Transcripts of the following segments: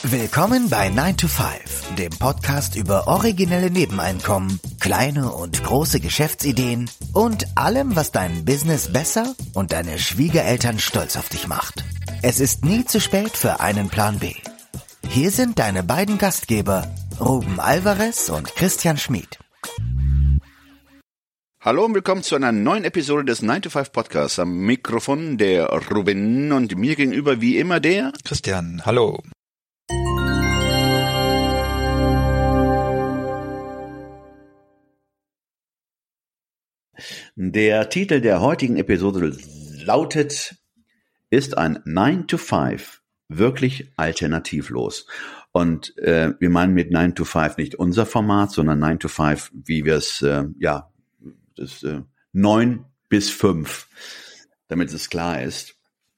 Willkommen bei 9 to 5, dem Podcast über originelle Nebeneinkommen, kleine und große Geschäftsideen und allem, was dein Business besser und deine Schwiegereltern stolz auf dich macht. Es ist nie zu spät für einen Plan B. Hier sind deine beiden Gastgeber, Ruben Alvarez und Christian Schmid. Hallo und willkommen zu einer neuen Episode des 9 to 5 Podcasts. Am Mikrofon der Ruben und mir gegenüber wie immer der Christian. Hallo. Der Titel der heutigen Episode lautet, ist ein 9 to 5 wirklich alternativlos? Und wir meinen mit 9 to 5 nicht unser Format, sondern 9 to 5, wie wir es, 9 bis 5, damit es klar ist.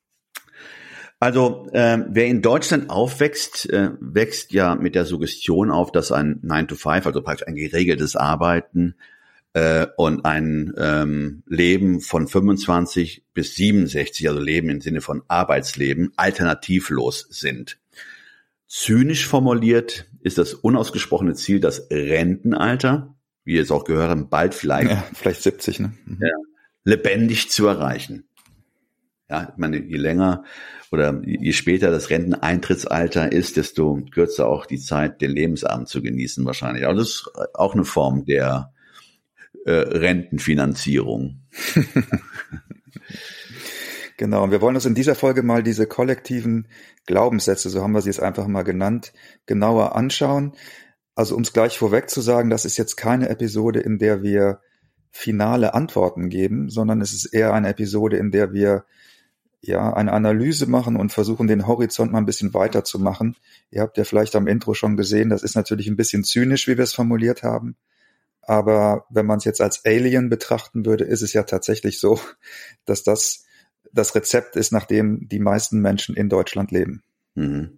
Also wer in Deutschland aufwächst, wächst ja mit der Suggestion auf, dass ein 9 to 5, also praktisch ein geregeltes Arbeiten und ein Leben von 25 bis 67, also Leben im Sinne von Arbeitsleben, alternativlos sind. Zynisch formuliert ist das unausgesprochene Ziel das Rentenalter, wie wir es auch gehört haben, bald vielleicht 70, ne? Ja, lebendig zu erreichen. Ja, ich meine, je länger oder je später das Renteneintrittsalter ist, desto kürzer auch die Zeit, den Lebensabend zu genießen wahrscheinlich. Aber das ist auch eine Form der Rentenfinanzierung. Genau, und wir wollen uns in dieser Folge mal diese kollektiven Glaubenssätze, so haben wir sie jetzt einfach mal genannt, genauer anschauen. Also um es gleich vorweg zu sagen, das ist jetzt keine Episode, in der wir finale Antworten geben, sondern es ist eher eine Episode, in der wir eine Analyse machen und versuchen, den Horizont mal ein bisschen weiter zu machen. Ihr habt ja vielleicht am Intro schon gesehen, das ist natürlich ein bisschen zynisch, wie wir es formuliert haben. Aber wenn man es jetzt als Alien betrachten würde, ist es ja tatsächlich so, dass das Rezept ist, nach dem die meisten Menschen in Deutschland leben. Mhm.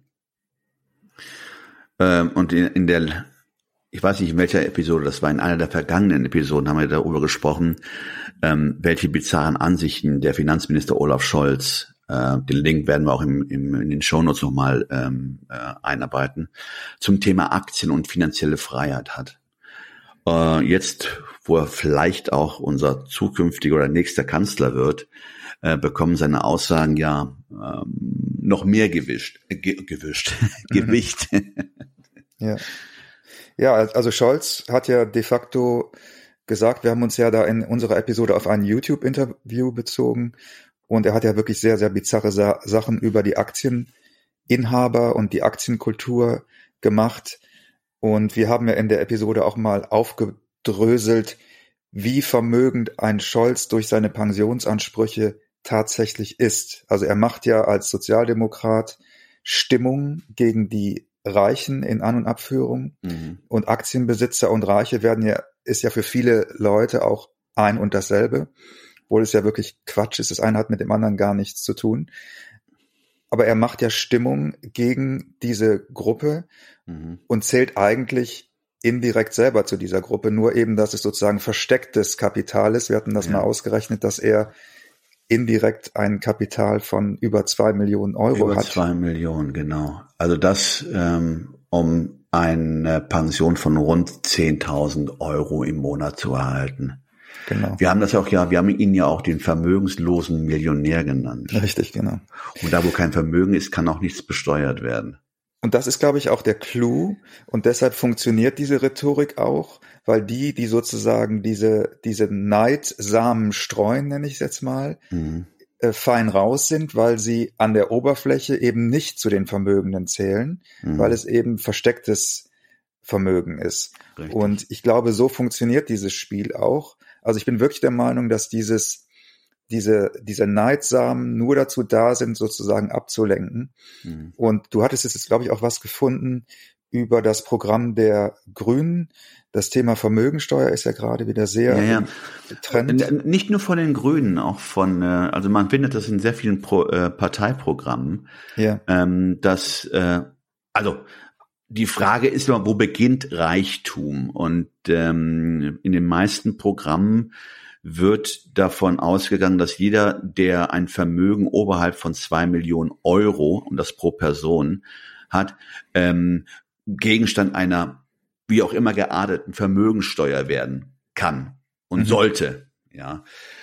Und in der, ich weiß nicht in welcher Episode, das war in einer der vergangenen Episoden, haben wir darüber gesprochen, welche bizarren Ansichten der Finanzminister Olaf Scholz, den Link werden wir auch in den Shownotes nochmal einarbeiten, zum Thema Aktien und finanzielle Freiheit hat. Jetzt, wo er vielleicht auch unser zukünftiger oder nächster Kanzler wird, bekommen seine Aussagen noch mehr Gewicht. Ja, also Scholz hat ja de facto gesagt, wir haben uns ja da in unserer Episode auf ein YouTube-Interview bezogen und er hat ja wirklich sehr, sehr bizarre Sachen über die Aktieninhaber und die Aktienkultur gemacht. Und wir haben ja in der Episode auch mal aufgedröselt, wie vermögend ein Scholz durch seine Pensionsansprüche tatsächlich ist. Also er macht ja als Sozialdemokrat Stimmung gegen die Reichen in An- und Abführung. Mhm. Und Aktienbesitzer und Reiche ist ja für viele Leute auch ein und dasselbe, obwohl es ja wirklich Quatsch ist. Das eine hat mit dem anderen gar nichts zu tun. Aber er macht ja Stimmung gegen diese Gruppe und zählt eigentlich indirekt selber zu dieser Gruppe, nur eben, dass es sozusagen verstecktes Kapital ist. Wir hatten das mal ausgerechnet, dass er indirekt ein Kapital von über 2 Millionen Euro hat. Über 2 Millionen, genau. Also das um eine Pension von rund 10.000 Euro im Monat zu erhalten. Genau. Wir haben ihn ja auch den vermögenslosen Millionär genannt. Richtig, genau. Und da, wo kein Vermögen ist, kann auch nichts besteuert werden. Und das ist, glaube ich, auch der Clou. Und deshalb funktioniert diese Rhetorik auch, weil die sozusagen diese Neidsamen streuen, nenne ich es jetzt mal, fein raus sind, weil sie an der Oberfläche eben nicht zu den Vermögenden zählen, weil es eben verstecktes Vermögen ist. Richtig. Und ich glaube, so funktioniert dieses Spiel auch. Also ich bin wirklich der Meinung, dass diese Neidsamen nur dazu da sind, sozusagen abzulenken. Und du hattest jetzt, glaube ich, auch was gefunden über das Programm der Grünen. Das Thema Vermögensteuer ist ja gerade wieder sehr Trend. Nicht nur von den Grünen, auch also man findet das in sehr vielen Parteiprogrammen. Ja. Die Frage ist immer, wo beginnt Reichtum? Und in den meisten Programmen wird davon ausgegangen, dass jeder, der ein Vermögen oberhalb von 2 Millionen Euro, und das pro Person, hat, Gegenstand einer wie auch immer gearteten Vermögensteuer werden kann und sollte. Ja.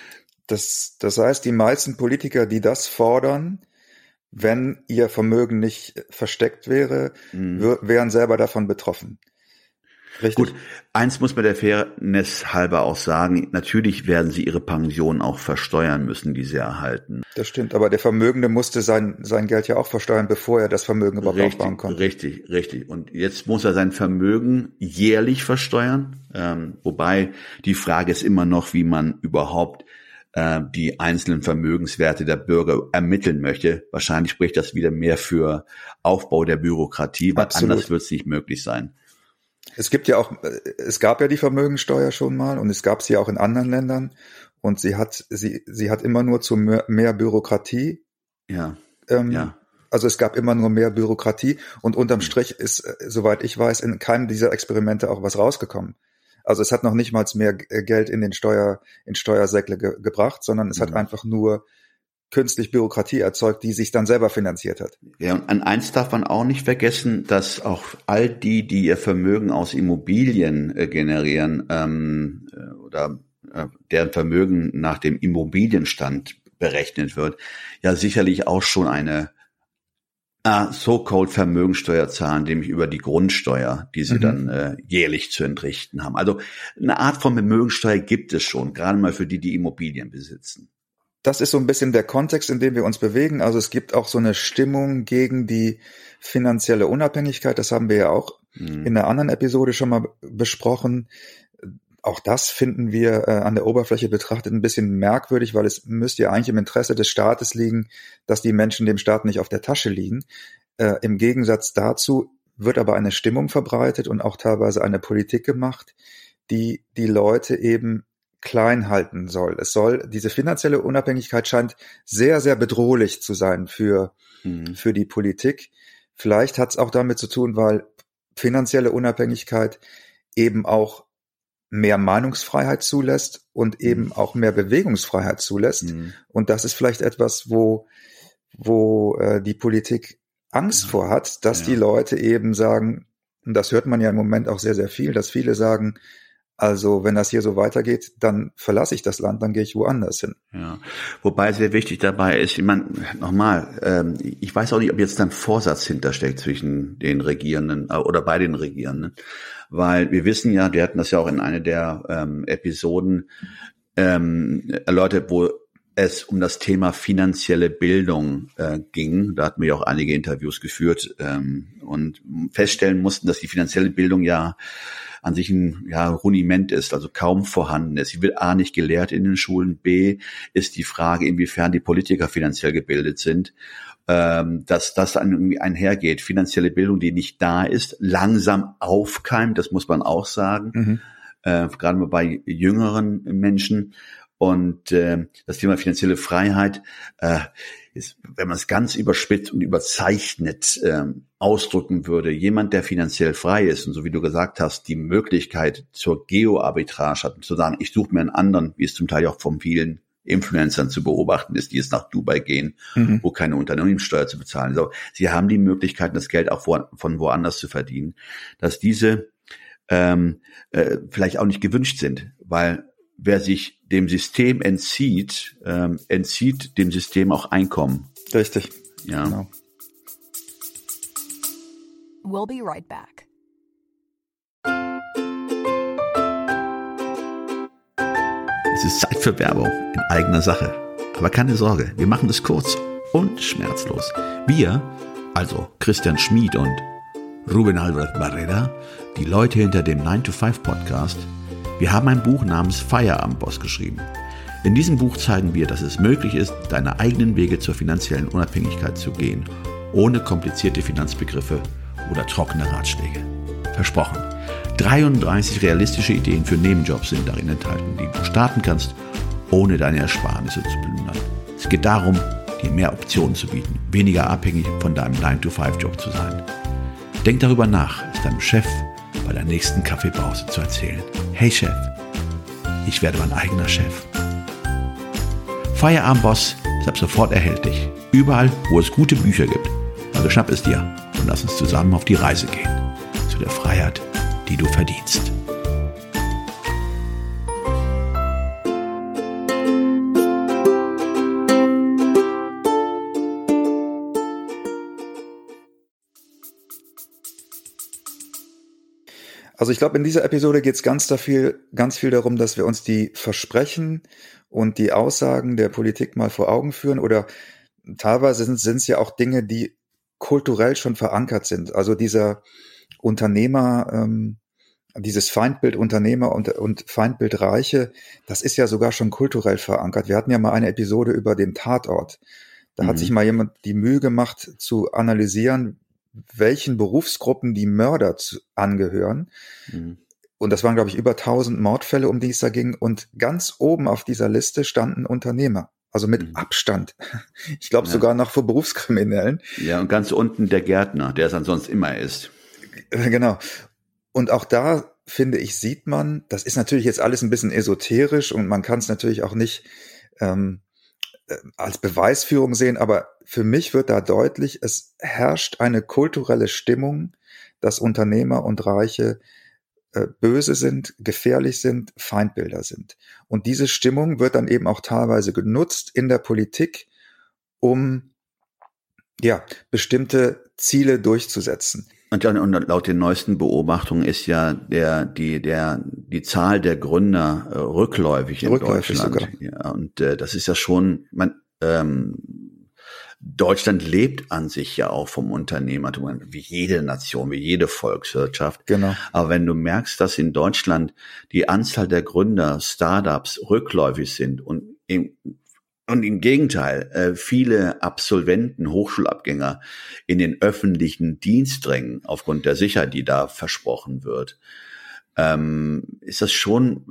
Das heißt, die meisten Politiker, die das fordern, wenn ihr Vermögen nicht versteckt wäre, wären selber davon betroffen. Richtig? Gut, eins muss man der Fairness halber auch sagen, natürlich werden sie ihre Pension auch versteuern müssen, die sie erhalten. Das stimmt, aber der Vermögende musste sein Geld ja auch versteuern, bevor er das Vermögen überhaupt aufbauen konnte. Richtig. Und jetzt muss er sein Vermögen jährlich versteuern, wobei die Frage ist immer noch, wie man überhaupt die einzelnen Vermögenswerte der Bürger ermitteln möchte. Wahrscheinlich spricht das wieder mehr für Aufbau der Bürokratie, weil anders wird es nicht möglich sein. Es gab ja die Vermögensteuer schon mal und es gab sie auch in anderen Ländern und sie hat immer nur zu mehr Bürokratie. Ja. Also es gab immer nur mehr Bürokratie und unterm Strich ist, soweit ich weiß, in keinem dieser Experimente auch was rausgekommen. Also es hat noch nicht mal mehr Geld in Steuersäckle gebracht, sondern es hat einfach nur künstlich Bürokratie erzeugt, die sich dann selber finanziert hat. Ja, und an eins darf man auch nicht vergessen, dass auch all die ihr Vermögen aus Immobilien generieren oder deren Vermögen nach dem Immobilienstand berechnet wird, ja sicherlich auch schon eine so-called Vermögensteuer zahlen, nämlich über die Grundsteuer, die sie dann jährlich zu entrichten haben. Also eine Art von Vermögensteuer gibt es schon, gerade mal für die Immobilien besitzen. Das ist so ein bisschen der Kontext, in dem wir uns bewegen. Also es gibt auch so eine Stimmung gegen die finanzielle Unabhängigkeit. Das haben wir ja auch in einer anderen Episode schon mal besprochen. Auch das finden wir an der Oberfläche betrachtet ein bisschen merkwürdig, weil es müsste ja eigentlich im Interesse des Staates liegen, dass die Menschen dem Staat nicht auf der Tasche liegen. Im Gegensatz dazu wird aber eine Stimmung verbreitet und auch teilweise eine Politik gemacht, die Leute eben klein halten soll. Diese finanzielle Unabhängigkeit scheint sehr, sehr bedrohlich zu sein für die Politik. Vielleicht hat es auch damit zu tun, weil finanzielle Unabhängigkeit eben auch mehr Meinungsfreiheit zulässt und eben auch mehr Bewegungsfreiheit zulässt. Und das ist vielleicht etwas, wo die Politik Angst vor hat, dass die Leute eben sagen, und das hört man ja im Moment auch sehr, sehr viel, dass viele sagen, also wenn das hier so weitergeht, dann verlasse ich das Land, dann gehe ich woanders hin. Ja, wobei sehr wichtig dabei ist, ich meine, nochmal, ich weiß auch nicht, ob jetzt ein Vorsatz hintersteckt zwischen den Regierenden oder bei den Regierenden, weil wir wissen ja, wir hatten das ja auch in einer der Episoden erläutert, wo es um das Thema finanzielle Bildung ging. Da hatten wir ja auch einige Interviews geführt und feststellen mussten, dass die finanzielle Bildung ja an sich ein Rudiment ist, also kaum vorhanden ist. Sie wird A nicht gelehrt in den Schulen, B ist die Frage, inwiefern die Politiker finanziell gebildet sind, dass das dann irgendwie einhergeht. Finanzielle Bildung, die nicht da ist, langsam aufkeimt, das muss man auch sagen, gerade mal bei jüngeren Menschen. Und das Thema finanzielle Freiheit ist, wenn man es ganz überspitzt und überzeichnet ausdrücken würde, jemand, der finanziell frei ist und so wie du gesagt hast, die Möglichkeit zur Geo-Arbitrage hat, zu sagen, ich suche mir einen anderen, wie es zum Teil auch von vielen Influencern zu beobachten ist, die jetzt nach Dubai gehen, wo keine Unternehmenssteuer zu bezahlen ist. Also, sie haben die Möglichkeit, das Geld auch von woanders zu verdienen, dass diese vielleicht auch nicht gewünscht sind, weil wer sich dem System entzieht, entzieht dem System auch Einkommen. Richtig. Ja. Genau. We'll be right back. Es ist Zeit für Werbung in eigener Sache. Aber keine Sorge, wir machen es kurz und schmerzlos. Wir, also Christian Schmid und Rubén Albert Barrera, die Leute hinter dem 9-to-5-Podcast, wir haben ein Buch namens Feierabendboss geschrieben. In diesem Buch zeigen wir, dass es möglich ist, deine eigenen Wege zur finanziellen Unabhängigkeit zu gehen, ohne komplizierte Finanzbegriffe oder trockene Ratschläge. Versprochen. 33 realistische Ideen für Nebenjobs sind darin enthalten, die du starten kannst, ohne deine Ersparnisse zu plündern. Es geht darum, dir mehr Optionen zu bieten, weniger abhängig von deinem 9-to-5-Job zu sein. Denk darüber nach, es deinem Chef bei der nächsten Kaffeepause zu erzählen. Hey Chef, ich werde mein eigener Chef. Feierabendboss ist ab sofort erhältlich. Überall, wo es gute Bücher gibt. Also schnapp es dir und lass uns zusammen auf die Reise gehen zu der Freiheit, die du verdienst. Also ich glaube, in dieser Episode geht es ganz viel darum, dass wir uns die Versprechen und die Aussagen der Politik mal vor Augen führen, oder teilweise sind es ja auch Dinge, die kulturell schon verankert sind. Also dieser Unternehmer, dieses Feindbild Unternehmer und Feindbild Reiche, das ist ja sogar schon kulturell verankert. Wir hatten ja mal eine Episode über den Tatort. Da hat sich mal jemand die Mühe gemacht zu analysieren, welchen Berufsgruppen die Mörder angehören. Und das waren, glaube ich, über 1000 Mordfälle, um die es da ging. Und ganz oben auf dieser Liste standen Unternehmer. Also mit Abstand. Ich glaube sogar noch vor Berufskriminellen. Ja, und ganz unten der Gärtner, der es ansonsten immer ist. Genau. Und auch da, finde ich, sieht man, das ist natürlich jetzt alles ein bisschen esoterisch und man kann es natürlich auch nicht als Beweisführung sehen, aber für mich wird da deutlich, es herrscht eine kulturelle Stimmung, dass Unternehmer und Reiche böse sind, gefährlich sind, Feindbilder sind. Und diese Stimmung wird dann eben auch teilweise genutzt in der Politik, um bestimmte Ziele durchzusetzen. Und laut den neuesten Beobachtungen ist ja die Zahl der Gründer rückläufig in Deutschland. Sogar. Ja, und das ist ja schon, Deutschland lebt an sich ja auch vom Unternehmertum, wie jede Nation, wie jede Volkswirtschaft. Genau. Aber wenn du merkst, dass in Deutschland die Anzahl der Gründer, Startups rückläufig sind und im Gegenteil, viele Absolventen, Hochschulabgänger in den öffentlichen Dienst drängen, aufgrund der Sicherheit, die da versprochen wird, ist das schon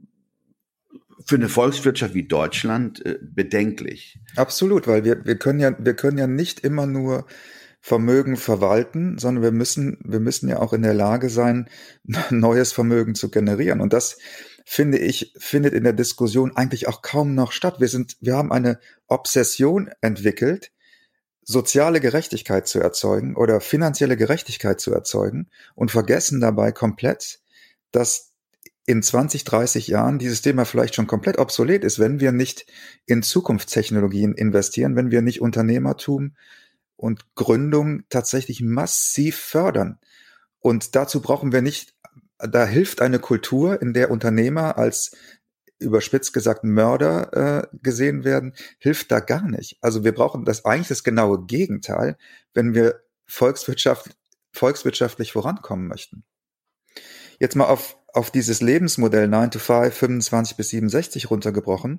für eine Volkswirtschaft wie Deutschland bedenklich. Absolut, weil wir können ja nicht immer nur Vermögen verwalten, sondern wir müssen ja auch in der Lage sein, neues Vermögen zu generieren. Und das, finde ich, findet in der Diskussion eigentlich auch kaum noch statt. Wir haben eine Obsession entwickelt, soziale Gerechtigkeit zu erzeugen oder finanzielle Gerechtigkeit zu erzeugen und vergessen dabei komplett, dass in 20, 30 Jahren dieses Thema vielleicht schon komplett obsolet ist, wenn wir nicht in Zukunftstechnologien investieren, wenn wir nicht Unternehmertum und Gründung tatsächlich massiv fördern. Und dazu brauchen wir nicht, da hilft eine Kultur, in der Unternehmer als überspitzt gesagt Mörder gesehen werden, hilft da gar nicht. Also wir brauchen eigentlich das genaue Gegenteil, wenn wir volkswirtschaftlich vorankommen möchten. Jetzt mal auf dieses Lebensmodell 9 to 5, 25 bis 67 runtergebrochen.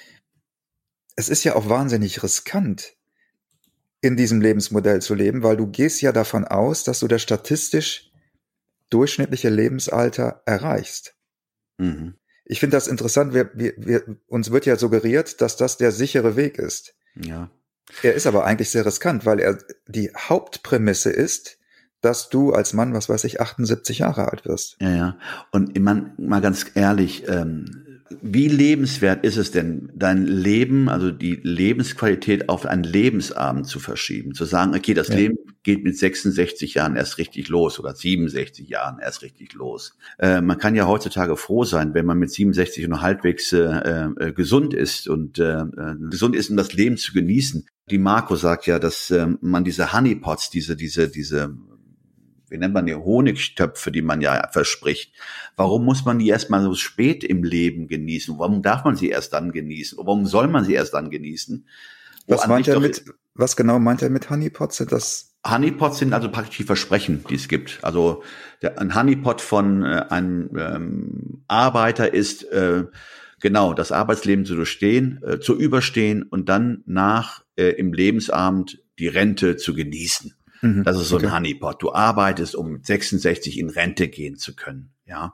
Es ist ja auch wahnsinnig riskant, in diesem Lebensmodell zu leben, weil du gehst ja davon aus, dass du das statistisch durchschnittliche Lebensalter erreichst. Ich finde das interessant. Uns wird ja suggeriert, dass das der sichere Weg ist. Ja. Er ist aber eigentlich sehr riskant, weil die Hauptprämisse ist, dass du als Mann, 78 Jahre alt wirst. Ja. Und mal ganz ehrlich, wie lebenswert ist es denn, dein Leben, also die Lebensqualität auf einen Lebensabend zu verschieben? Zu sagen, okay, das Leben geht mit 66 Jahren erst richtig los oder 67 Jahren erst richtig los. Man kann ja heutzutage froh sein, wenn man mit 67 noch halbwegs gesund ist und gesund ist, um das Leben zu genießen. Die Marco sagt ja, dass man diese Honeypots, diese wie nennt man die, Honigtöpfe, die man ja verspricht. Warum muss man die erst mal so spät im Leben genießen? Warum darf man sie erst dann genießen? Warum soll man sie erst dann genießen? Was genau meint er mit Honeypots? Honeypots sind also praktisch die Versprechen, die es gibt. Also ein Honeypot von einem Arbeiter ist genau das Arbeitsleben zu überstehen und dann im Lebensabend die Rente zu genießen. Das ist so ein Honeypot. Du arbeitest, um mit 66 in Rente gehen zu können. Ja.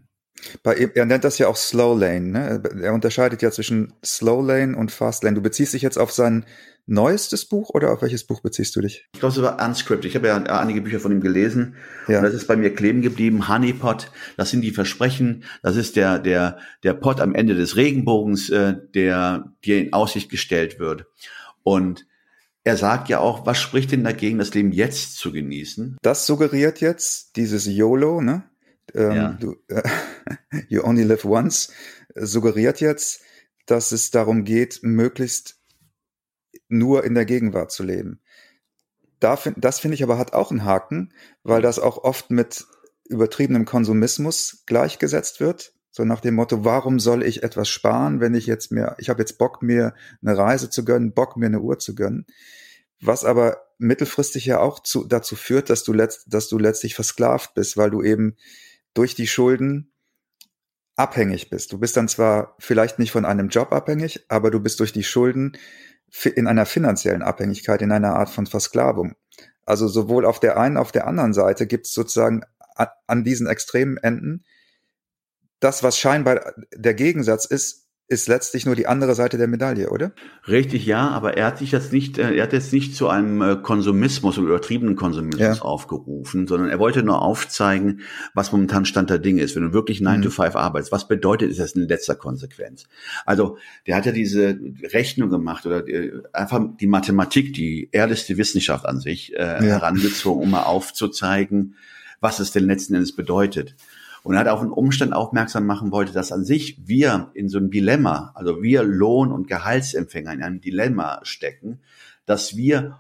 Er nennt das ja auch Slow Lane. Ne? Er unterscheidet ja zwischen Slow Lane und Fast Lane. Du beziehst dich jetzt auf sein neuestes Buch oder auf welches Buch beziehst du dich? Ich glaube, es war Unscripted. Ich habe ja einige Bücher von ihm gelesen. Ja. Und das ist bei mir kleben geblieben. Honeypot, das sind die Versprechen. Das ist der Pot am Ende des Regenbogens, der dir in Aussicht gestellt wird. Und er sagt ja auch, was spricht denn dagegen, das Leben jetzt zu genießen? Das suggeriert jetzt dieses YOLO, ne? Ja. You only live once, suggeriert jetzt, dass es darum geht, möglichst nur in der Gegenwart zu leben. Das finde ich aber hat auch einen Haken, weil das auch oft mit übertriebenem Konsumismus gleichgesetzt wird. So nach dem Motto, warum soll ich etwas sparen, wenn ich habe jetzt Bock, mir eine Reise zu gönnen, Bock, mir eine Uhr zu gönnen. Was aber mittelfristig ja auch dazu führt, dass du letztlich versklavt bist, weil du eben durch die Schulden abhängig bist. Du bist dann zwar vielleicht nicht von einem Job abhängig, aber du bist durch die Schulden in einer finanziellen Abhängigkeit, in einer Art von Versklavung. Also sowohl auf der einen, auf der anderen Seite gibt es sozusagen an diesen extremen Enden das, was scheinbar der Gegensatz ist letztlich nur die andere Seite der Medaille, oder? Richtig, ja, aber er hat jetzt nicht zu einem Konsumismus oder übertriebenen Konsumismus aufgerufen, sondern er wollte nur aufzeigen, was momentan Stand der Dinge ist. Wenn du wirklich 9 to 5 arbeitest, was bedeutet das in letzter Konsequenz? Also, der hat ja diese Rechnung gemacht oder einfach die Mathematik, die ehrlichste Wissenschaft an sich herangezogen, um mal aufzuzeigen, was es denn letzten Endes bedeutet. Und er hat auf einen Umstand aufmerksam machen wollte, dass an sich wir in so einem Dilemma, also wir Lohn- und Gehaltsempfänger in einem Dilemma stecken, dass wir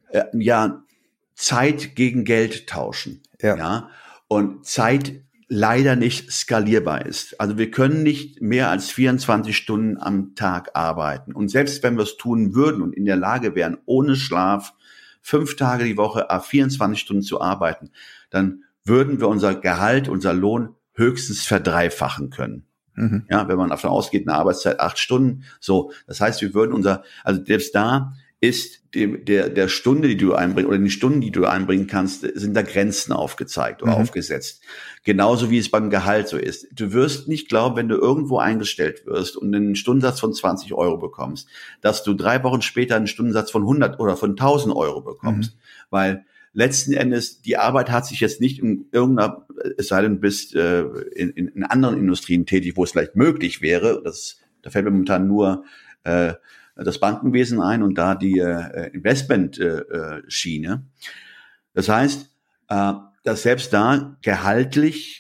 Zeit gegen Geld tauschen. Ja. Und Zeit leider nicht skalierbar ist. Also wir können nicht mehr als 24 Stunden am Tag arbeiten. Und selbst wenn wir es tun würden und in der Lage wären, ohne Schlaf 5 Tage die Woche 24 Stunden zu arbeiten, dann würden wir unser Gehalt, unser Lohn höchstens verdreifachen können. Mhm. Ja, wenn man davon ausgeht, eine Arbeitszeit 8 Stunden, so. Das heißt, wir würden also selbst da ist der Stunde, die du einbringst, oder die Stunden, die du einbringen kannst, sind da Grenzen aufgezeigt oder aufgesetzt. Genauso wie es beim Gehalt so ist. Du wirst nicht glauben, wenn du irgendwo eingestellt wirst und einen Stundensatz von 20 Euro bekommst, dass du 3 Wochen später einen Stundensatz von 100 oder von 1000 Euro bekommst. Weil letzten Endes, die Arbeit hat sich jetzt nicht in irgendeiner, es sei denn, du bist in anderen Industrien tätig, wo es vielleicht möglich wäre. Da fällt mir momentan nur das Bankenwesen ein und da die Investment-Schiene. Das heißt, dass selbst da gehaltlich,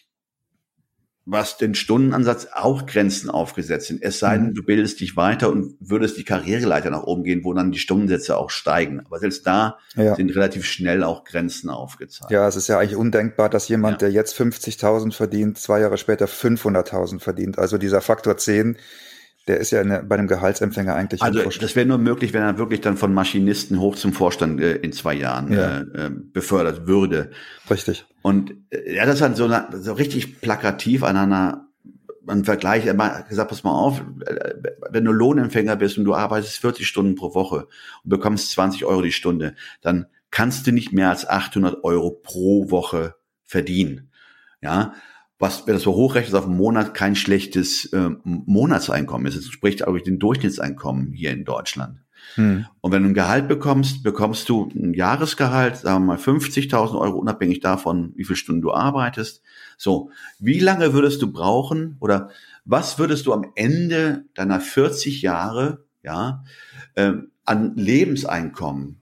was den Stundenansatz auch Grenzen aufgesetzt sind. Es sei denn, du bildest dich weiter und würdest die Karriereleiter nach oben gehen, wo dann die Stundensätze auch steigen. Aber selbst da sind relativ schnell auch Grenzen aufgezeigt. Ja, es ist ja eigentlich undenkbar, dass jemand, der jetzt 50.000 verdient, 2 Jahre später 500.000 verdient. Also dieser Faktor 10, der ist ja bei einem Gehaltsempfänger eigentlich unvorstellbar. Das wäre nur möglich, wenn er wirklich dann von Maschinisten hoch zum Vorstand in 2 Jahren befördert würde. Richtig. Und er hat das dann so richtig plakativ an Vergleich, er hat gesagt, pass mal auf, wenn du Lohnempfänger bist und du arbeitest 40 Stunden pro Woche und bekommst 20 Euro die Stunde, dann kannst du nicht mehr als 800 Euro pro Woche verdienen. Ja, was, wenn das so hochrechnet, auf einen Monat kein schlechtes Monatseinkommen ist. Es entspricht auch dem Durchschnittseinkommen hier in Deutschland. Und wenn du ein Gehalt bekommst du ein Jahresgehalt, sagen wir mal 50.000 Euro, unabhängig davon, wie viele Stunden du arbeitest. So, wie lange würdest du brauchen oder was würdest du am Ende deiner 40 Jahre an Lebenseinkommen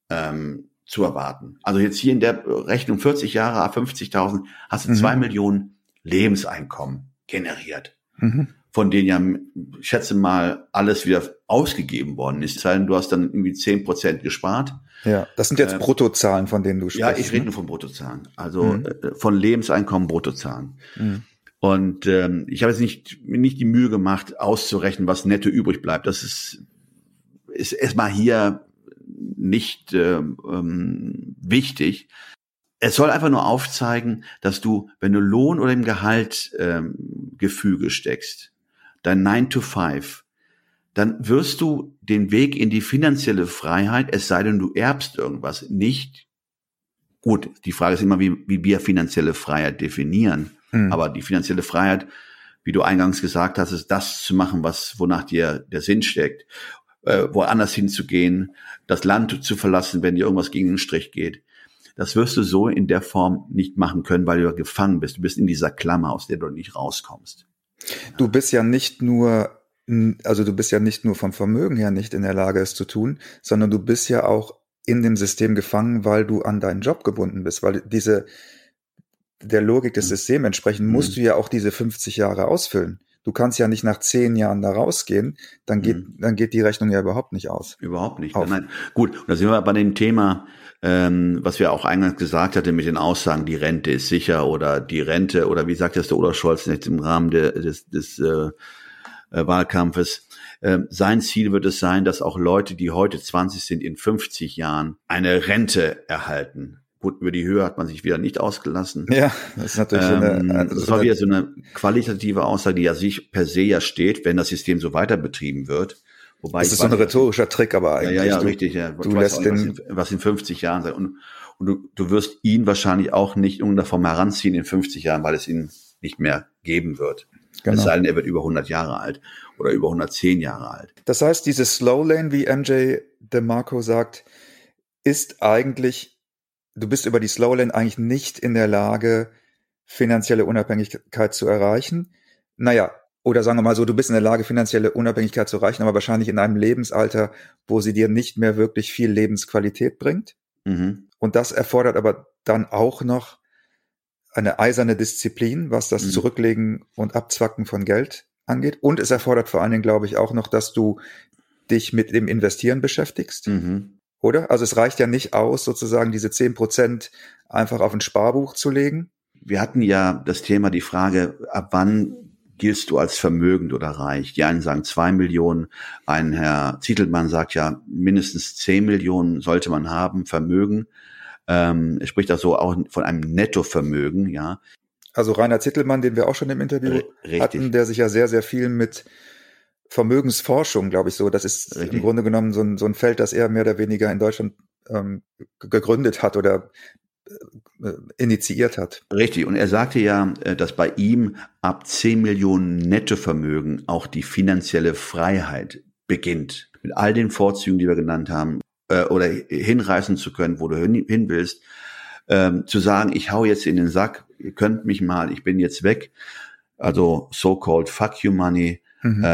zu erwarten? Also jetzt hier in der Rechnung 40 Jahre, 50.000, hast du 2 Millionen Lebenseinkommen generiert. Von denen ja, ich schätze mal, alles wieder ausgegeben worden ist. Das heißt, du hast dann irgendwie 10% gespart. Ja, das sind jetzt Bruttozahlen, von denen du sprichst. Ja, ich rede nur von Bruttozahlen. Also von Lebenseinkommen Bruttozahlen. Und ich habe jetzt nicht die Mühe gemacht, auszurechnen, was netto übrig bleibt. Das ist erstmal hier nicht wichtig. Es soll einfach nur aufzeigen, dass du, wenn du Lohn oder im Gehaltgefüge steckst, dein 9 to 5, dann wirst du den Weg in die finanzielle Freiheit, es sei denn, du erbst irgendwas, nicht. Gut, die Frage ist immer, wie wir finanzielle Freiheit definieren. Aber die finanzielle Freiheit, wie du eingangs gesagt hast, ist das zu machen, wonach dir der Sinn steckt, woanders hinzugehen, das Land zu verlassen, wenn dir irgendwas gegen den Strich geht. Das wirst du so in der Form nicht machen können, weil du ja gefangen bist. Du bist in dieser Klammer, aus der du nicht rauskommst. Du bist ja nicht nur Also du bist ja nicht nur vom Vermögen her nicht in der Lage, es zu tun, sondern du bist ja auch in dem System gefangen, weil du an deinen Job gebunden bist, weil der Logik des Systems entsprechend musst du ja auch diese 50 Jahre ausfüllen. Du kannst ja nicht nach 10 Jahren da rausgehen, dann geht die Rechnung ja überhaupt nicht aus. Überhaupt nicht. Auf. Nein. Gut, und da sind wir bei dem Thema, was wir auch eingangs gesagt hatten mit den Aussagen, die Rente ist sicher oder die Rente, oder wie sagt das der Olaf Scholz nicht im Rahmen des Wahlkampfes. Sein Ziel wird es sein, dass auch Leute, die heute 20 sind, in 50 Jahren eine Rente erhalten. Gut, über die Höhe hat man sich wieder nicht ausgelassen. Ja, das ist natürlich das war wieder so eine qualitative Aussage, die ja sich per se ja steht, wenn das System so weiter betrieben wird. Wobei das ist so ein rhetorischer Trick, aber eigentlich. Ja, richtig. Ja. Du lässt was in 50 Jahren sein. Und du wirst ihn wahrscheinlich auch nicht in irgendeiner Form heranziehen in 50 Jahren, weil es ihn nicht mehr geben wird. Genau. Es sei denn, er wird über 100 Jahre alt oder über 110 Jahre alt. Das heißt, diese Slow Lane, wie MJ DeMarco sagt, ist eigentlich, du bist über die Slow Lane eigentlich nicht in der Lage, finanzielle Unabhängigkeit zu erreichen. Naja, oder sagen wir mal so, du bist in der Lage, finanzielle Unabhängigkeit zu erreichen, aber wahrscheinlich in einem Lebensalter, wo sie dir nicht mehr wirklich viel Lebensqualität bringt. Mhm. Und das erfordert aber dann auch noch eine eiserne Disziplin, was das Zurücklegen und Abzwacken von Geld angeht. Und es erfordert vor allen Dingen, glaube ich, auch noch, dass du dich mit dem Investieren beschäftigst. Mhm. Oder? Also es reicht ja nicht aus, sozusagen diese 10% einfach auf ein Sparbuch zu legen. Wir hatten ja das Thema, die Frage, ab wann giltst du als vermögend oder reich? Die einen sagen 2 Millionen, ein Herr Zitelmann sagt ja, mindestens 10 Millionen sollte man haben, Vermögen. Er spricht da so auch von einem Nettovermögen, ja. Also Rainer Zitelmann, den wir auch schon im Interview hatten, der sich ja sehr, sehr viel mit Vermögensforschung, glaube ich so, das ist im Grunde genommen so ein Feld, das er mehr oder weniger in Deutschland gegründet hat oder initiiert hat. Richtig, und er sagte ja, dass bei ihm ab 10 Millionen Nettovermögen auch die finanzielle Freiheit beginnt. Mit all den Vorzügen, die wir genannt haben, oder hinreißen zu können, wo du hin willst, zu sagen, ich hau jetzt in den Sack, ihr könnt mich mal, ich bin jetzt weg, also so-called fuck you money,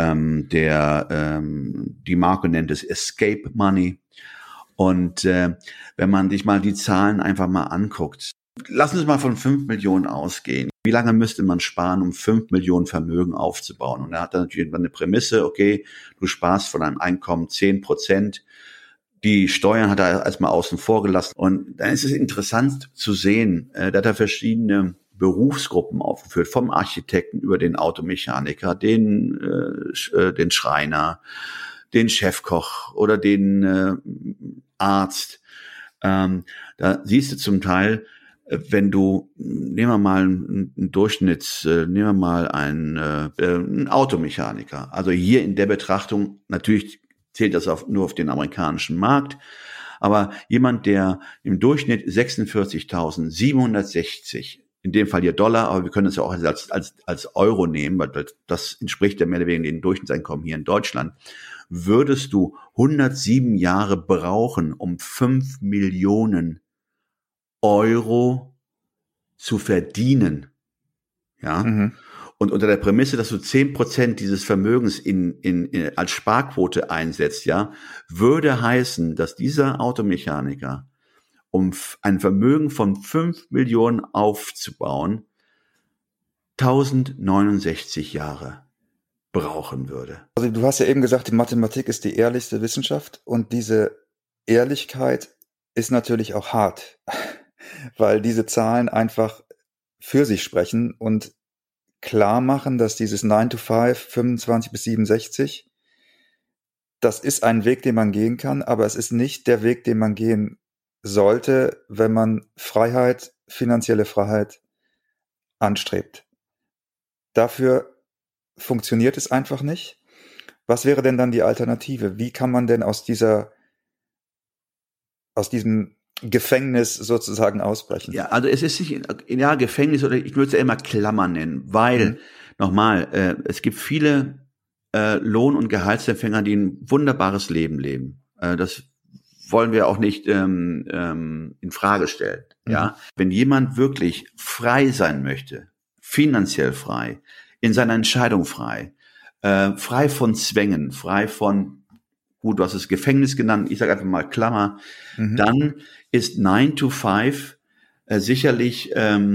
die Marco nennt es Escape Money. Und wenn man sich mal die Zahlen einfach mal anguckt, lass uns mal von 5 Millionen ausgehen. Wie lange müsste man sparen, um 5 Millionen Vermögen aufzubauen? Und er hat dann natürlich eine Prämisse, okay, du sparst von deinem Einkommen 10%. Die Steuern hat er erstmal außen vor gelassen. Und dann ist es interessant zu sehen, da hat er verschiedene Berufsgruppen aufgeführt, vom Architekten über den Automechaniker, den Schreiner, den Chefkoch oder den Arzt. Da siehst du zum Teil, wenn du, nehmen wir mal einen einen Automechaniker. Also hier in der Betrachtung, natürlich zählt das nur auf den amerikanischen Markt, aber jemand, der im Durchschnitt 46.760, in dem Fall hier Dollar, aber wir können es ja auch als Euro nehmen, weil das entspricht ja mehr oder weniger dem Durchschnittseinkommen hier in Deutschland, würdest du 107 Jahre brauchen, um 5 Millionen Euro zu verdienen. Ja. Mhm. Und unter der Prämisse, dass du 10% dieses Vermögens als Sparquote einsetzt, ja, würde heißen, dass dieser Automechaniker, um ein Vermögen von 5 Millionen aufzubauen, 1069 Jahre brauchen würde. Also du hast ja eben gesagt, die Mathematik ist die ehrlichste Wissenschaft und diese Ehrlichkeit ist natürlich auch hart, weil diese Zahlen einfach für sich sprechen und klar machen, dass dieses 9 to 5, 25 bis 67, das ist ein Weg, den man gehen kann, aber es ist nicht der Weg, den man gehen sollte, wenn man Freiheit, finanzielle Freiheit anstrebt. Dafür funktioniert es einfach nicht. Was wäre denn dann die Alternative? Wie kann man denn aus diesem Gefängnis sozusagen ausbrechen? Ja, also es ist nicht, ja, Gefängnis oder ich würde es ja immer Klammer nennen, weil, nochmal, es gibt viele Lohn- und Gehaltsempfänger, die ein wunderbares Leben leben. Das wollen wir auch nicht in Frage stellen. Ja, wenn jemand wirklich frei sein möchte, finanziell frei, in seiner Entscheidung frei, frei von Zwängen, frei von, gut, du hast es Gefängnis genannt, ich sage einfach mal Klammer, dann ist 9 to 5 sicherlich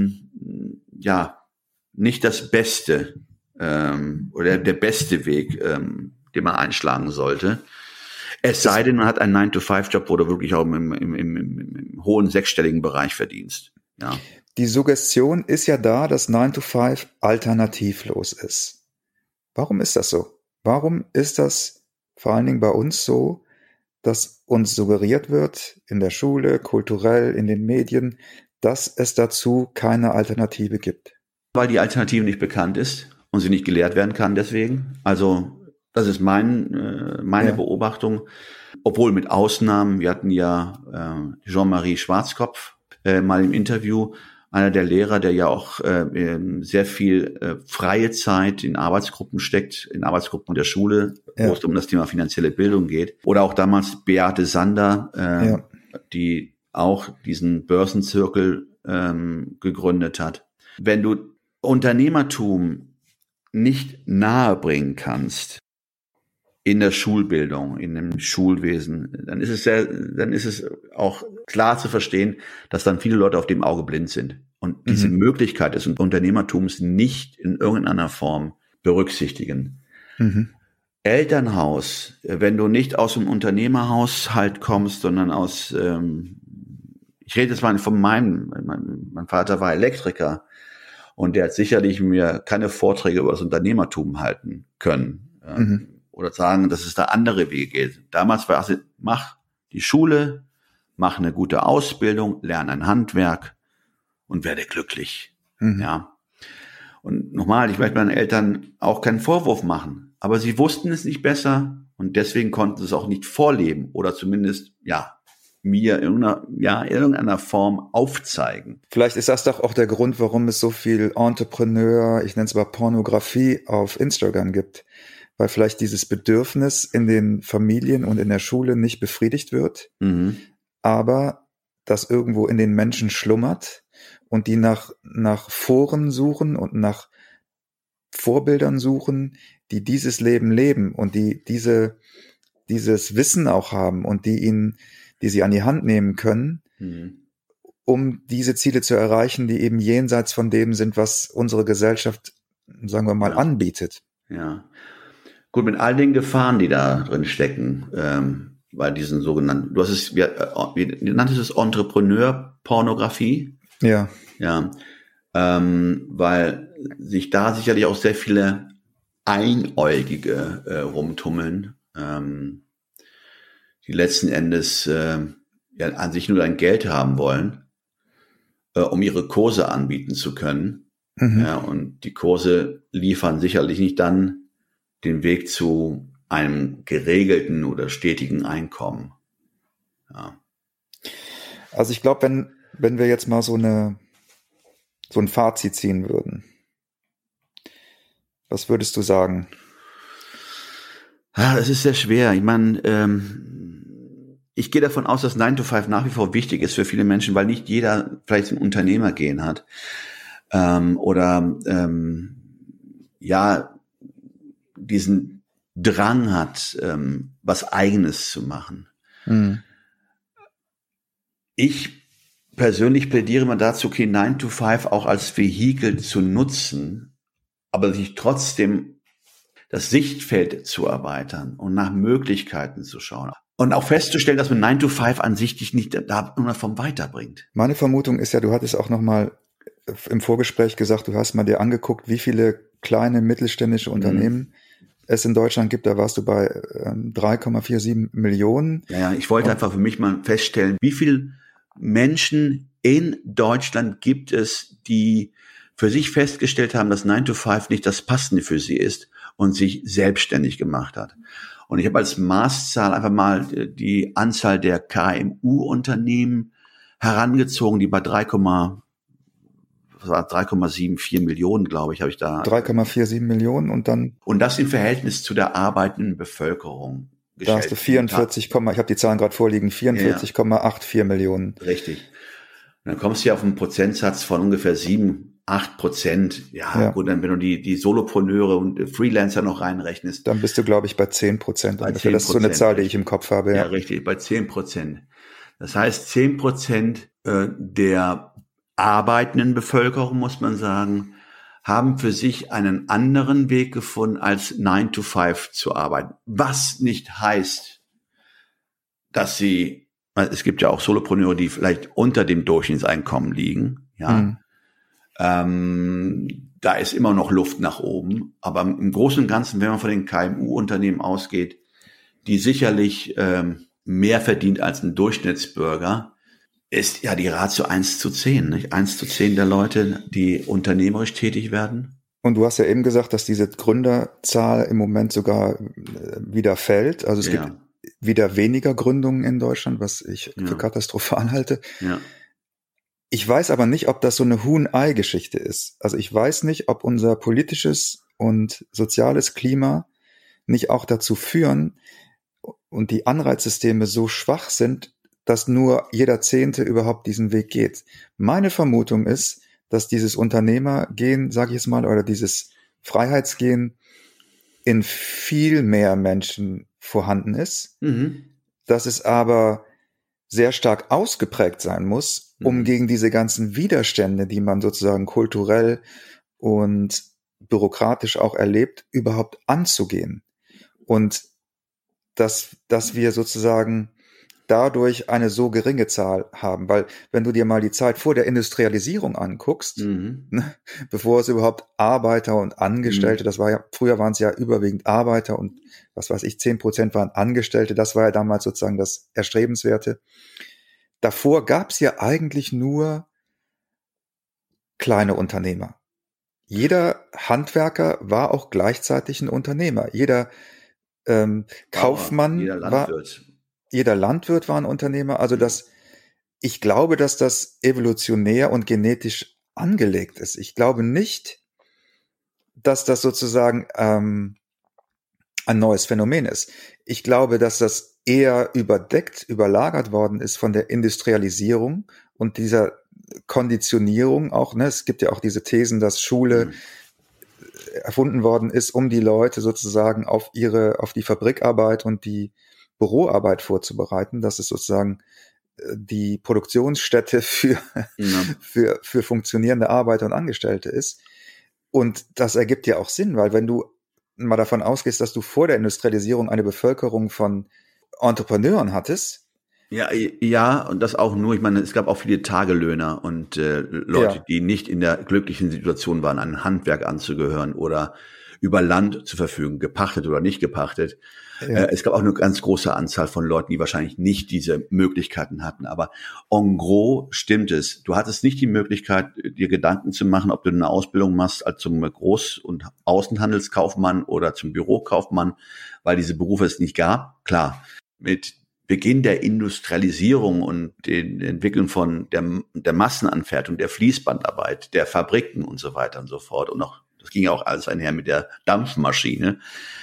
nicht das Beste oder der beste Weg, den man einschlagen sollte. Es sei denn, man hat einen 9-to-5-Job, wo du wirklich auch im hohen sechsstelligen Bereich verdienst. Ja. Die Suggestion ist ja da, dass 9 to 5 alternativlos ist. Warum ist das so? Warum ist das vor allen Dingen bei uns so, dass uns suggeriert wird, in der Schule, kulturell, in den Medien, dass es dazu keine Alternative gibt? Weil die Alternative nicht bekannt ist und sie nicht gelehrt werden kann deswegen. Also das ist meine Beobachtung. Obwohl mit Ausnahmen, wir hatten ja Jean-Marie Schwarzkopf mal im Interview, einer der Lehrer, der ja auch sehr viel freie Zeit in Arbeitsgruppen steckt, in Arbeitsgruppen der Schule, wo es um das Thema finanzielle Bildung geht. Oder auch damals Beate Sander, die auch diesen Börsenzirkel gegründet hat. Wenn du Unternehmertum nicht nahebringen kannst in der Schulbildung, in dem Schulwesen, dann ist es auch klar zu verstehen, dass dann viele Leute auf dem Auge blind sind und diese Möglichkeit des Unternehmertums nicht in irgendeiner Form berücksichtigen. Elternhaus, wenn du nicht aus dem Unternehmerhaushalt kommst, sondern aus, ich rede jetzt mal von mein Vater war Elektriker und der hat sicherlich mir keine Vorträge über das Unternehmertum halten können. Oder sagen, dass es da andere Wege geht. Damals war es, mach die Schule, mach eine gute Ausbildung, lerne ein Handwerk und werde glücklich. Ja. Und nochmal, ich möchte meinen Eltern auch keinen Vorwurf machen, aber sie wussten es nicht besser und deswegen konnten sie es auch nicht vorleben oder zumindest, mir in irgendeiner Form aufzeigen. Vielleicht ist das doch auch der Grund, warum es so viel Entrepreneur, ich nenne es mal Pornografie auf Instagram gibt. Weil vielleicht dieses Bedürfnis in den Familien und in der Schule nicht befriedigt wird, aber das irgendwo in den Menschen schlummert und die nach Foren suchen und nach Vorbildern suchen, die dieses Leben leben und die dieses Wissen auch haben und die sie an die Hand nehmen können, um diese Ziele zu erreichen, die eben jenseits von dem sind, was unsere Gesellschaft, sagen wir mal, anbietet. Ja. Gut, mit all den Gefahren, die da drin stecken, bei diesen sogenannten, wie nanntest du es, Entrepreneur-Pornografie? Ja. Ja, weil sich da sicherlich auch sehr viele Einäugige rumtummeln, die letzten Endes an sich nur dein Geld haben wollen, um ihre Kurse anbieten zu können. Ja, und die Kurse liefern sicherlich nicht dann den Weg zu einem geregelten oder stetigen Einkommen. Ja. Also ich glaube, wenn wir jetzt mal so ein Fazit ziehen würden, was würdest du sagen? Es ist sehr schwer. Ich meine, ich gehe davon aus, dass 9 to 5 nach wie vor wichtig ist für viele Menschen, weil nicht jeder vielleicht ein Unternehmergehen hat. Diesen Drang hat, was Eigenes zu machen. Ich persönlich plädiere mal dazu, okay, 9 to 5 auch als Vehikel zu nutzen, aber sich trotzdem das Sichtfeld zu erweitern und nach Möglichkeiten zu schauen. Und auch festzustellen, dass man 9 to 5 an sich dich nicht da in einer Form weiterbringt. Meine Vermutung ist ja, du hattest auch noch mal im Vorgespräch gesagt, du hast mal dir angeguckt, wie viele kleine mittelständische Unternehmen es in Deutschland gibt. Da warst du bei 3,47 Millionen. Ja, ich wollte einfach für mich mal feststellen, wie viele Menschen in Deutschland gibt es, die für sich festgestellt haben, dass 9 to 5 nicht das Passende für sie ist und sich selbstständig gemacht hat. Und ich habe als Maßzahl einfach mal die Anzahl der KMU-Unternehmen herangezogen, die bei 3,74 Millionen, glaube ich, habe ich da. 3,47 Millionen und dann. Und das im Verhältnis zu der arbeitenden Bevölkerung. Da hast du 44, ich habe die Zahlen gerade vorliegen, 44,84 Millionen. Richtig. Und dann kommst du ja auf einen Prozentsatz von ungefähr 7 8%. Ja, gut, dann wenn du die Solopreneure und Freelancer noch reinrechnest. Dann bist du, glaube ich, bei 10% ungefähr. Das ist so eine Zahl, die ich im Kopf habe. Ja, richtig, bei 10%. Das heißt, 10% der arbeitenden Bevölkerung, muss man sagen, haben für sich einen anderen Weg gefunden, als 9 to 5 zu arbeiten. Was nicht heißt, dass es gibt ja auch Solopreneure, die vielleicht unter dem Durchschnittseinkommen liegen, ja. Da ist immer noch Luft nach oben. Aber im Großen und Ganzen, wenn man von den KMU-Unternehmen ausgeht, die sicherlich mehr verdient als ein Durchschnittsbürger, ist ja die Ratio 1:10, nicht? 1:10 der Leute, die unternehmerisch tätig werden. Und du hast ja eben gesagt, dass diese Gründerzahl im Moment sogar wieder fällt. Also es gibt wieder weniger Gründungen in Deutschland, was ich für katastrophal halte. Ja. Ich weiß aber nicht, ob das so eine Huhn-Ei-Geschichte ist. Also ich weiß nicht, ob unser politisches und soziales Klima nicht auch dazu führen und die Anreizsysteme so schwach sind, dass nur jeder Zehnte überhaupt diesen Weg geht. Meine Vermutung ist, dass dieses Unternehmergehen, sage ich jetzt mal, oder dieses Freiheitsgehen in viel mehr Menschen vorhanden ist, dass es aber sehr stark ausgeprägt sein muss, um gegen diese ganzen Widerstände, die man sozusagen kulturell und bürokratisch auch erlebt, überhaupt anzugehen. Und dass wir sozusagen dadurch eine so geringe Zahl haben, weil wenn du dir mal die Zeit vor der Industrialisierung anguckst, bevor es überhaupt Arbeiter und Angestellte, das war ja, früher waren es ja überwiegend Arbeiter und was weiß ich, 10% waren Angestellte, das war ja damals sozusagen das Erstrebenswerte. Davor gab es ja eigentlich nur kleine Unternehmer. Jeder Handwerker war auch gleichzeitig ein Unternehmer. Jeder Kaufmann jeder Landwirt war ein Unternehmer. Also ich glaube, dass das evolutionär und genetisch angelegt ist. Ich glaube nicht, dass das sozusagen ein neues Phänomen ist. Ich glaube, dass das eher überlagert worden ist von der Industrialisierung und dieser Konditionierung auch. Ne? Es gibt ja auch diese Thesen, dass Schule erfunden worden ist, um die Leute sozusagen auf die Fabrikarbeit und die Büroarbeit vorzubereiten. Das ist sozusagen die Produktionsstätte für funktionierende Arbeiter und Angestellte ist. Und das ergibt ja auch Sinn, weil wenn du mal davon ausgehst, dass du vor der Industrialisierung eine Bevölkerung von Entrepreneuren hattest. Ja, und das auch nur, ich meine, es gab auch viele Tagelöhner und Leute, die nicht in der glücklichen Situation waren, ein Handwerk anzugehören oder über Land zu verfügen, gepachtet oder nicht gepachtet. Ja. Es gab auch eine ganz große Anzahl von Leuten, die wahrscheinlich nicht diese Möglichkeiten hatten. Aber en gros stimmt es. Du hattest nicht die Möglichkeit, dir Gedanken zu machen, ob du eine Ausbildung machst als zum Groß- und Außenhandelskaufmann oder zum Bürokaufmann, weil diese Berufe es nicht gab. Klar, mit Beginn der Industrialisierung und den Entwicklung von der Massenanfertigung, der Fließbandarbeit, der Fabriken und so weiter und so fort und noch, das ging ja auch alles einher mit der Dampfmaschine,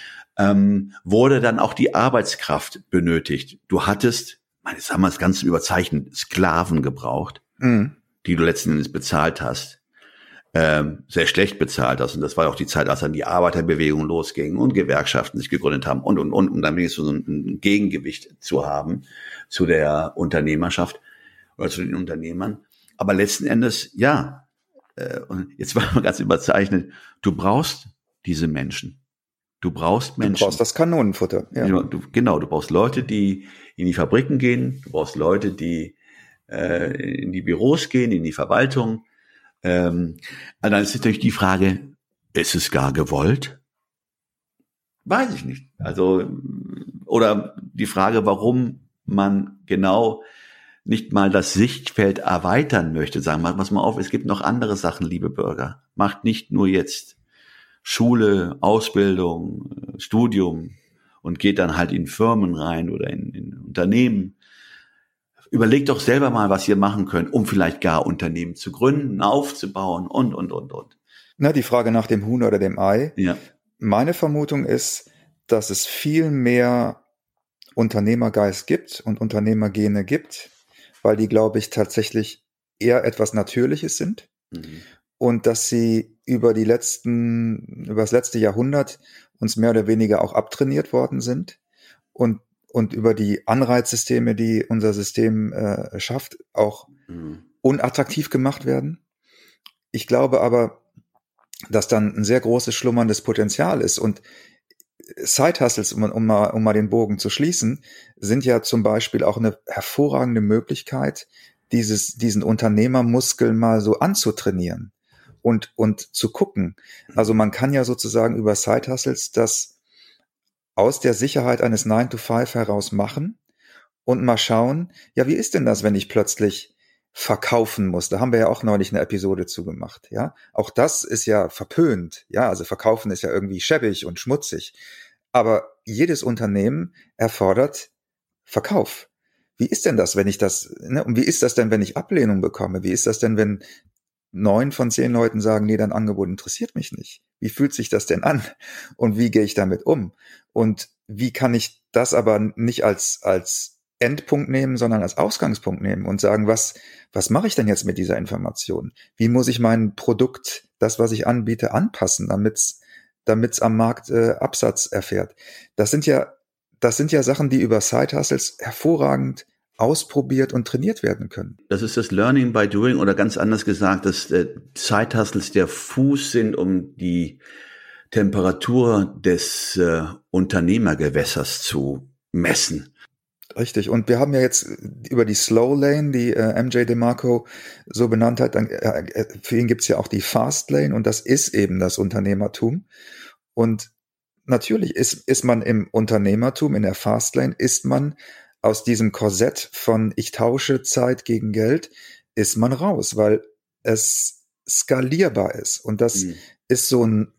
wurde dann auch die Arbeitskraft benötigt. Du hattest, jetzt haben wir es ganz überzeichnet, Sklaven gebraucht, die du letzten Endes bezahlt hast, sehr schlecht bezahlt hast. Und das war auch die Zeit, als dann die Arbeiterbewegung losging und Gewerkschaften sich gegründet haben und dann wenigstens so ein Gegengewicht zu haben zu der Unternehmerschaft oder zu den Unternehmern. Aber letzten Endes, ja, und jetzt war man ganz überzeichnet, du brauchst diese Menschen. Du brauchst Menschen. Du brauchst das Kanonenfutter. Ja. Du brauchst Leute, die in die Fabriken gehen. Du brauchst Leute, die in die Büros gehen, in die Verwaltung. Dann ist natürlich die Frage, ist es gar gewollt? Weiß ich nicht. Also, oder die Frage, warum man genau nicht mal das Sichtfeld erweitern möchte. Sagen wir, pass mal auf, es gibt noch andere Sachen, liebe Bürger. Macht nicht nur jetzt Schule, Ausbildung, Studium und geht dann halt in Firmen rein oder in Unternehmen. Überlegt doch selber mal, was ihr machen könnt, um vielleicht gar Unternehmen zu gründen, aufzubauen und. Na, die Frage nach dem Huhn oder dem Ei. Ja. Meine Vermutung ist, dass es viel mehr Unternehmergeist gibt und Unternehmergene gibt, weil die, glaube ich, tatsächlich eher etwas Natürliches sind. und dass sie über das letzte Jahrhundert uns mehr oder weniger auch abtrainiert worden sind und über die Anreizsysteme, die unser System schafft, auch unattraktiv gemacht werden. Ich glaube aber, dass dann ein sehr großes schlummerndes Potenzial ist, und Side-Hustles, um mal den Bogen zu schließen, sind ja zum Beispiel auch eine hervorragende Möglichkeit, diesen Unternehmermuskel mal so anzutrainieren und zu gucken. Also man kann ja sozusagen über Side-Hustles das aus der Sicherheit eines 9-to-5 heraus machen und mal schauen, ja, wie ist denn das, wenn ich plötzlich verkaufen muss? Da haben wir ja auch neulich eine Episode zu gemacht, ja. Auch das ist ja verpönt, ja. Also verkaufen ist ja irgendwie schäbig und schmutzig. Aber jedes Unternehmen erfordert Verkauf. Wie ist denn das, wenn ich das, ne? Und wie ist das denn, wenn ich Ablehnung bekomme? Wie ist das denn, wenn 9 von 10 Leuten sagen, nee, dein Angebot interessiert mich nicht? Wie fühlt sich das denn an? Und wie gehe ich damit um? Und wie kann ich das aber nicht als Endpunkt nehmen, sondern als Ausgangspunkt nehmen und sagen, was mache ich denn jetzt mit dieser Information? Wie muss ich mein Produkt, das, was ich anbiete, anpassen, damit's am Markt Absatz erfährt? Das sind ja Sachen, die über Side-Hustles hervorragend ausprobiert und trainiert werden können. Das ist das Learning by Doing, oder ganz anders gesagt, dass Side-Hustles der Fuß sind, um die Temperatur des Unternehmergewässers zu messen. Richtig. Und wir haben ja jetzt über die Slow Lane, die MJ DeMarco so benannt hat, für ihn gibt's ja auch die Fast Lane, und das ist eben das Unternehmertum. Und natürlich ist man im Unternehmertum, in der Fast Lane, ist man aus diesem Korsett von ich tausche Zeit gegen Geld, ist man raus, weil es skalierbar ist. Und das ist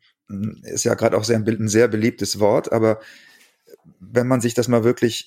ist ja gerade auch ein sehr beliebtes Wort, aber wenn man sich das mal wirklich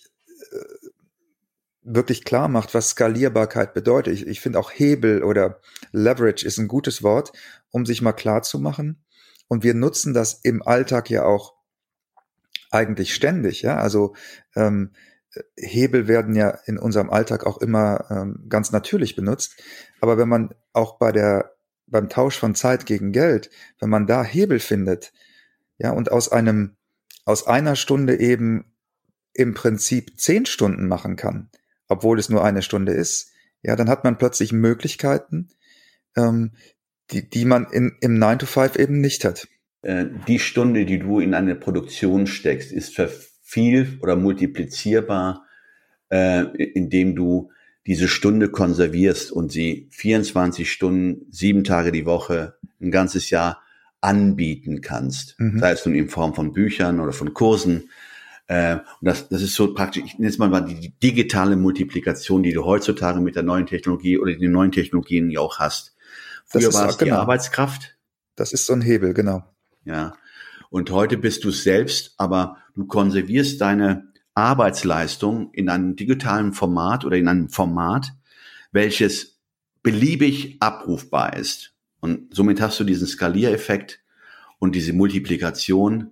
klar macht, was Skalierbarkeit bedeutet. Ich finde auch Hebel oder Leverage ist ein gutes Wort, um sich mal klar zu machen. Und wir nutzen das im Alltag ja auch eigentlich ständig, ja. Also Hebel werden ja in unserem Alltag auch immer ganz natürlich benutzt. Aber wenn man auch beim Tausch von Zeit gegen Geld, wenn man da Hebel findet, ja, und aus einer Stunde eben im Prinzip 10 Stunden machen kann, obwohl es nur eine Stunde ist, ja, dann hat man plötzlich Möglichkeiten, die man im 9-to-5 eben nicht hat. Die Stunde, die du in eine Produktion steckst, ist viel oder multiplizierbar, indem du diese Stunde konservierst und sie 24 Stunden, 7 Tage die Woche, ein ganzes Jahr anbieten kannst. Sei es nun in Form von Büchern oder von Kursen. Und das ist so praktisch, ich nenne es mal die digitale Multiplikation, die du heutzutage mit der neuen Technologie oder den neuen Technologien ja auch hast. Früher war es die Arbeitskraft. Das ist so ein Hebel, genau. Ja. Und heute bist du selbst, aber du konservierst deine Arbeitsleistung in einem digitalen Format oder in einem Format, welches beliebig abrufbar ist. Und somit hast du diesen Skaliereffekt und diese Multiplikation,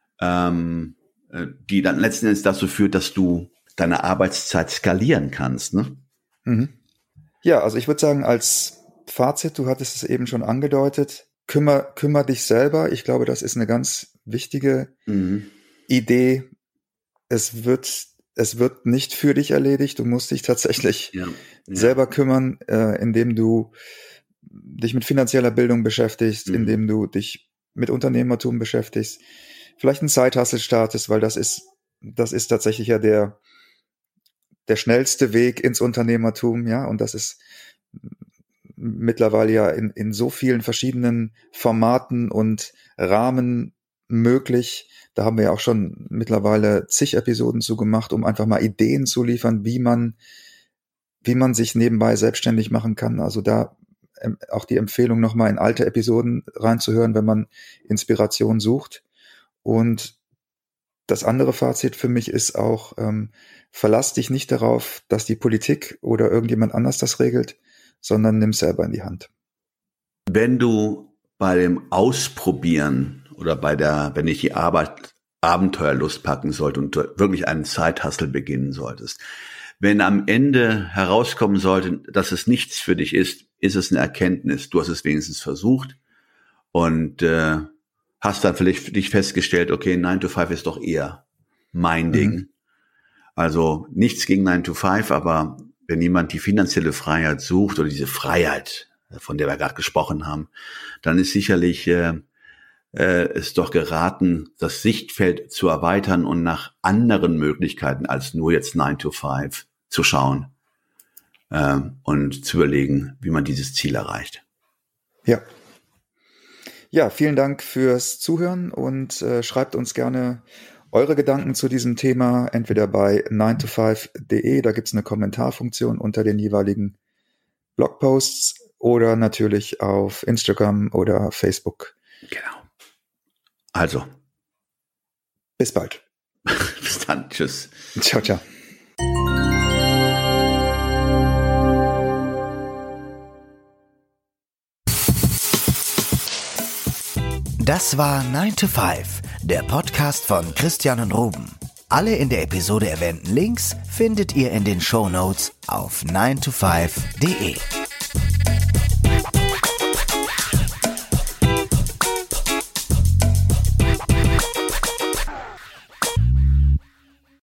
die dann letzten Endes dazu führt, dass du deine Arbeitszeit skalieren kannst, ne? Mhm. Ja, also ich würde sagen, als Fazit, du hattest es eben schon angedeutet, kümmer dich selber. Ich glaube, das ist eine ganz wichtige Idee. Es wird nicht für dich erledigt. Du musst dich tatsächlich selber kümmern, indem du dich mit finanzieller Bildung beschäftigst, indem du dich mit Unternehmertum beschäftigst, vielleicht einen Side-Hustle startest, weil das ist tatsächlich ja der schnellste Weg ins Unternehmertum, ja, und das ist mittlerweile ja in so vielen verschiedenen Formaten und Rahmen möglich. Da haben wir ja auch schon mittlerweile zig Episoden zu gemacht, um einfach mal Ideen zu liefern, wie man sich nebenbei selbstständig machen kann. Also da auch die Empfehlung, nochmal in alte Episoden reinzuhören, wenn man Inspiration sucht. Und das andere Fazit für mich ist auch, verlass dich nicht darauf, dass die Politik oder irgendjemand anders das regelt, sondern nimm es selber in die Hand. Wenn du bei dem Ausprobieren oder wenn dich die Abenteuerlust packen sollte und wirklich einen Side-Hustle beginnen solltest, wenn am Ende herauskommen sollte, dass es nichts für dich ist, ist es eine Erkenntnis. Du hast es wenigstens versucht und hast dann vielleicht für dich festgestellt, okay, 9 to 5 ist doch eher mein Ding. Also nichts gegen 9 to 5, aber wenn jemand die finanzielle Freiheit sucht oder diese Freiheit, von der wir gerade gesprochen haben, dann ist sicherlich ist doch geraten, das Sichtfeld zu erweitern und nach anderen Möglichkeiten als nur jetzt 9 to 5 zu schauen und zu überlegen, wie man dieses Ziel erreicht. Ja. Ja, vielen Dank fürs Zuhören und schreibt uns gerne eure Gedanken zu diesem Thema, entweder bei 9to5.de, da gibt's eine Kommentarfunktion unter den jeweiligen Blogposts oder natürlich auf Instagram oder Facebook. Genau. Also. Bis bald. Bis dann. Tschüss. Ciao, ciao. Das war 9 to 5, der Podcast von Christian und Ruben. Alle in der Episode erwähnten Links findet ihr in den Shownotes auf 9to5.de.